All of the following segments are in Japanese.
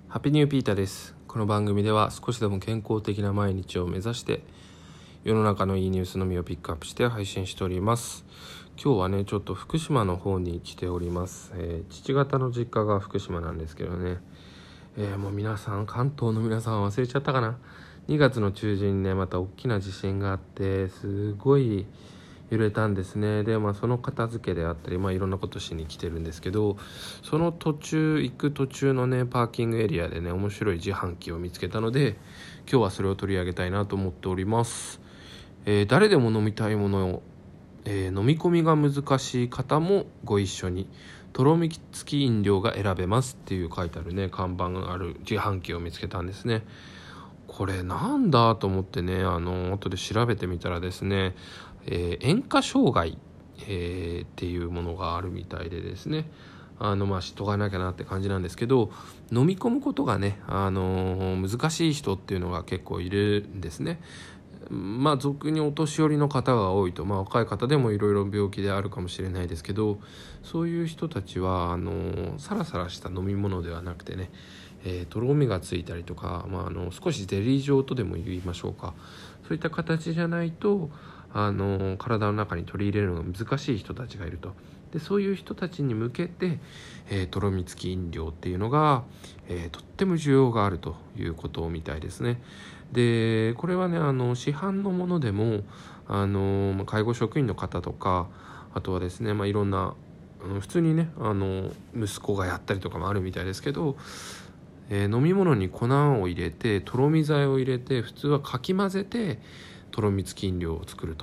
ハッピーニューピーターです。この番組では少しでも健康的な毎日を目指して世の中のいいニュースのみをピックアップして配信しております。今日はねちょっと福島の方に来ております。父方の実家が福島なんですけどね、もう皆さん関東の皆さん忘れちゃったかな。2月の中旬にねまた大きな地震があってすごい揺れたんですね。でその片付けであったりいろんなことしに来てるんですけど、その行く途中のねパーキングエリアでね面白い自販機を見つけたので今日はそれを取り上げたいなと思っております。誰でも飲みたいものを、飲み込みが難しい方もご一緒にとろみ付き飲料が選べますっていう書いてあるね看板がある自販機を見つけたんですね。これなんだと思ってね後で調べてみたらですね、塩化障害、っていうものがあるみたいでですね知っとかなきゃなって感じなんですけど、飲み込むことがね、難しい人っていうのが結構いるんですね。俗にお年寄りの方が多いと、若い方でもいろいろ病気であるかもしれないですけど、そういう人たちはサラサラした飲み物ではなくてね、とろみがついたりとか、少しゼリー状とでも言いましょうか、そういった形じゃないと体の中に取り入れるのが難しい人たちがいると。でそういう人たちに向けて、とろみ付き飲料っていうのが、とっても需要があるということみたいですね。でこれはね市販のものでも介護職員の方とか、あとはですねいろんな普通にね息子がやったりとかもあるみたいですけど、飲み物に粉を入れてとろみ剤を入れて普通はかき混ぜてとろみ付き飲料を作ると、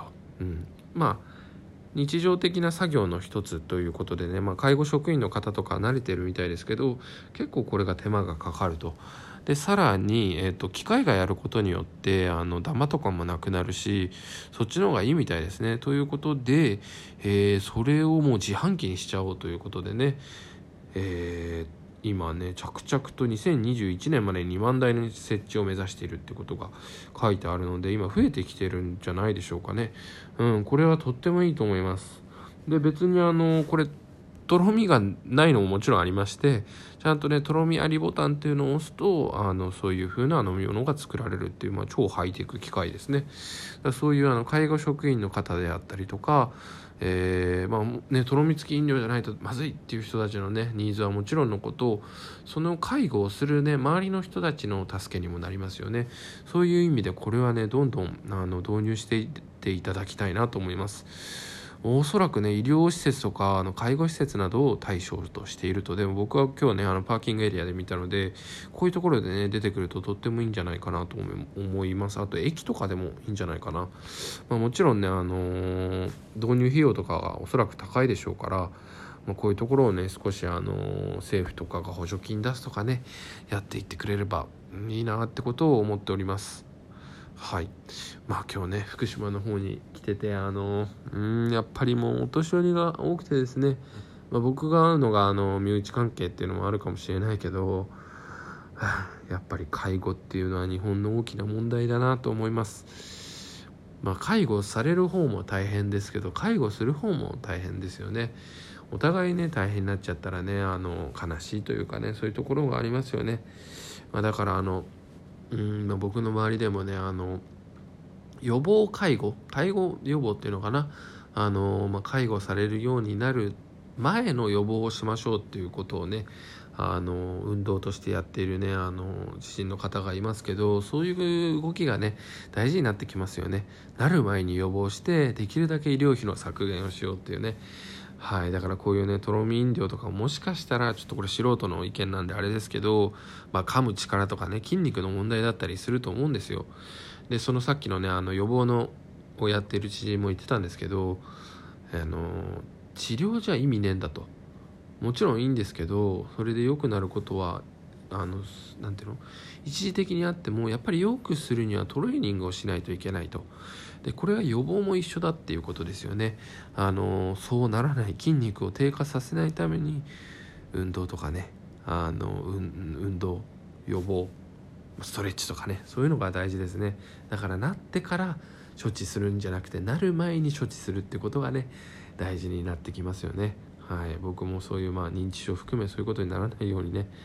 日常的な作業の一つということでね、介護職員の方とか慣れてるみたいですけど、結構これが手間がかかると。でさらに、機械がやることによってダマとかもなくなるし、そっちの方がいいみたいですね。ということで、それをもう自販機にしちゃおうということでね、今ね着々と2021年までに2万台の設置を目指しているってことが書いてあるので、今増えてきてるんじゃないでしょうかね。これはとってもいいと思います。で別にこれとろみがないのももちろんありまして、ちゃんとねとろみありボタンっていうのを押すとそういう風な飲み物が作られるっていう、超ハイテク機械ですね。そういう介護職員の方であったりとか、とろみ付き飲料じゃないとまずいっていう人たちのねニーズはもちろんのこと、その介護をするね周りの人たちの助けにもなりますよね。そういう意味でこれはねどんどん導入していっていただきたいなと思います。おそらくね医療施設とか介護施設などを対象としていると。でも僕は今日ねパーキングエリアで見たので、こういうところでね出てくるととってもいいんじゃないかなと思います。あと駅とかでもいいんじゃないかな。もちろんね導入費用とかがおそらく高いでしょうから、こういうところをね少し政府とかが補助金出すとかねやっていってくれればいいなってことを思っております。はい。今日ね福島の方に来ててやっぱりもうお年寄りが多くてですね、僕が会うのが身内関係っていうのもあるかもしれないけど、やっぱり介護っていうのは日本の大きな問題だなと思います。介護される方も大変ですけど介護する方も大変ですよね。お互いね大変になっちゃったらね悲しいというかね、そういうところがありますよね。だから僕の周りでもね予防介護予防っていうのかな、介護されるようになる前の予防をしましょうっていうことをね運動としてやっているね自身の方がいますけど、そういう動きがね大事になってきますよね。なる前に予防してできるだけ医療費の削減をしようっていうね。だからこういうねとろみ飲料とかもしかしたらちょっとこれ素人の意見なんであれですけど、噛む力とかね筋肉の問題だったりすると思うんですよ。でそのさっきのね予防のをやってる知人も言ってたんですけど、治療じゃ意味ねえんだと。もちろんいいんですけど、それで良くなることはなんていうの一時的にあってもやっぱり良くするにはトレーニングをしないといけないと。でこれは予防も一緒だっていうことですよね。そうならない、筋肉を低下させないために運動とかね運動予防ストレッチとかね、そういうのが大事ですね。だからなってから処置するんじゃなくてなる前に処置するってことがね大事になってきますよね。僕もそういう認知症含めそういうことにならないようにね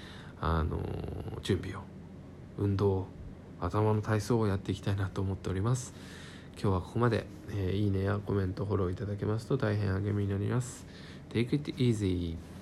準備を、運動を、頭の体操をやっていきたいなと思っております。今日はここまで、いいねやコメントフォローいただけますと大変励みになります。 Take it easy.